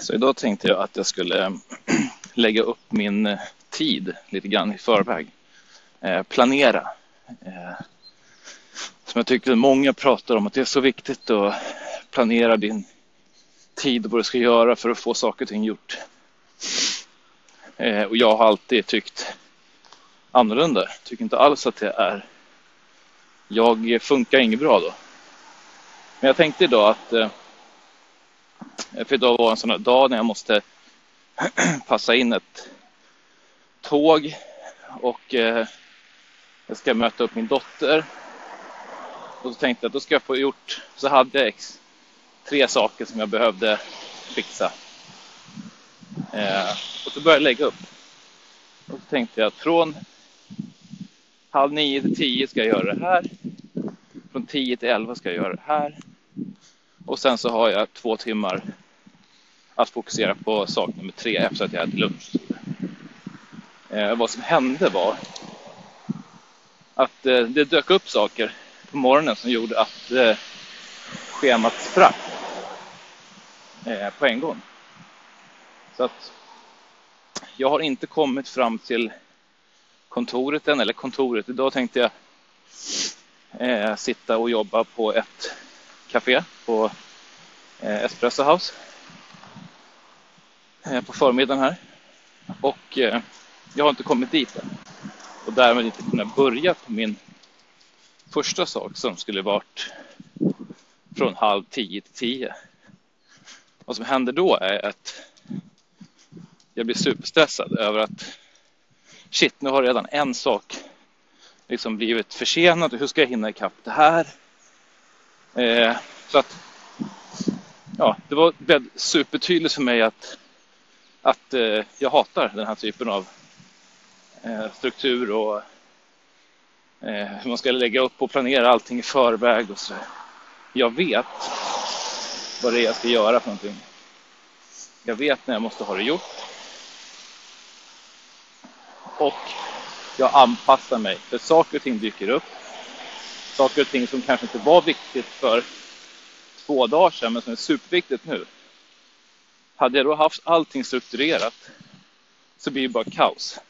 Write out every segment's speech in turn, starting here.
Så idag tänkte jag att jag skulle lägga upp min tid lite grann i förväg. Planera. Som jag tycker många pratar om, att det är så viktigt att planera din tid och vad du ska göra för att få saker och ting gjort. Och jag har alltid tyckt annorlunda. Jag tycker inte alls att det är... Jag funkar inget bra då. Men jag tänkte idag att... För idag var en sån här dag när jag måste passa in ett tåg. Och jag ska möta upp min dotter. Och så tänkte jag att då ska jag få gjort... Så hade jag 3 saker som jag behövde fixa. Och så började jag lägga upp. Och så tänkte jag att från 8:30 till 10 ska jag göra det här. Från 10 till 11 ska jag göra det här. Och sen så har jag 2 timmar att fokusera på sak nummer 3 efter att jag hade lunch. Vad som hände var att det dök upp saker på morgonen som gjorde att schemat sprack på en gång. Så att jag har inte kommit fram till kontoret än, eller kontoret. Idag tänkte jag sitta och jobba på ett café på Espresso House på förmiddagen här. Och jag har inte kommit dit än. Och därmed inte kunnat börja på min första sak som skulle varit från 9:30 till 10. Vad som händer då är att jag blir superstressad över att shit, nu har redan en sak liksom blivit försenad. Hur ska jag hinna ikapp det här? Så att ja, det var väldigt supertydligt för mig att jag hatar den här typen av struktur och hur man ska lägga upp och planera allting i förväg och så. Jag vet vad det är jag ska göra för någonting. Jag vet när jag måste ha det gjort. Och jag anpassar mig. För saker och ting dyker upp. Saker och ting som kanske inte var viktigt för 2 dagar sedan, men som är superviktigt nu. Hade jag då haft allting strukturerat så blir det bara kaos.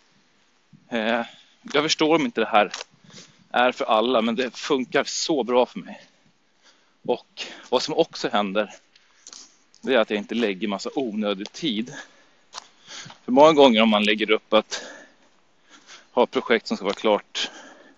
Jag förstår om inte det här är för alla, men det funkar så bra för mig. Och vad som också händer, det är att jag inte lägger massa onödig tid. För många gånger om man lägger upp att ha ett projekt som ska vara klart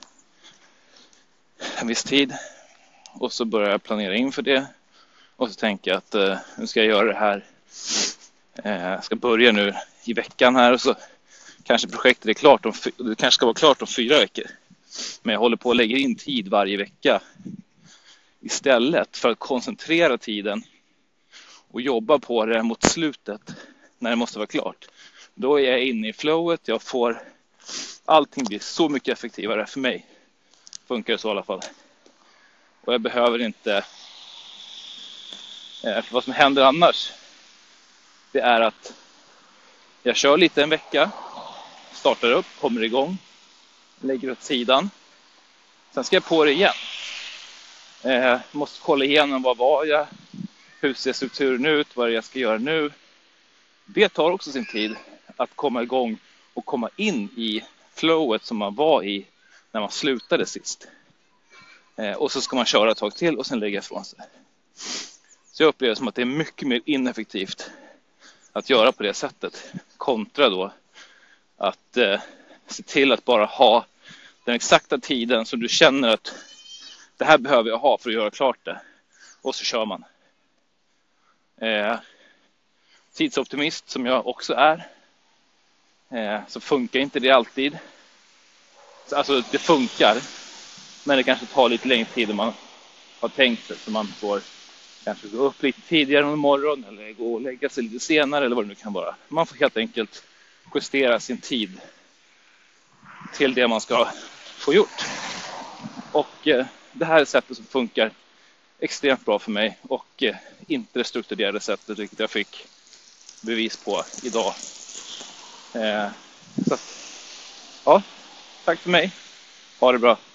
en viss tid och så börjar jag planera inför det och så tänker jag att nu ska jag göra det här. Jag ska börja nu i veckan här och så kanske projektet är klart det kanske ska vara klart om 4 veckor. Men jag håller på att lägga in tid varje vecka istället för att koncentrera tiden och jobba på det mot slutet när det måste vara klart. Då är jag inne i flowet, jag får allting blir så mycket effektivare för mig. Funkar det så i alla fall. Och jag behöver inte för vad som händer annars, det är att jag kör lite en vecka, startar upp, kommer igång, lägger åt sidan. Sen ska jag på det igen. Måste kolla igenom vad var jag, hur ser strukturen ut, vad jag ska göra nu. Det tar också sin tid att komma igång och komma in i flowet som man var i när man slutade sist. Och så ska man köra ett tag till och sen lägga ifrån sig. Så jag upplever som att det är mycket mer ineffektivt att göra på det sättet kontra då att se till att bara ha den exakta tiden som du känner att det här behöver jag ha för att göra klart det. Och så kör man. Tidsoptimist som jag också är, så funkar inte det alltid. Alltså det funkar, men det kanske tar lite längre tid än man har tänkt sig. Så man får kanske gå upp lite tidigare om morgonen eller gå och lägga sig lite senare eller vad det nu kan vara. Man får helt enkelt justera sin tid till det man ska få gjort. Och det här är sättet som funkar extremt bra för mig och inte det strukturerade sättet, vilket jag fick bevis på idag. Så ja, tack för mig. Ha det bra.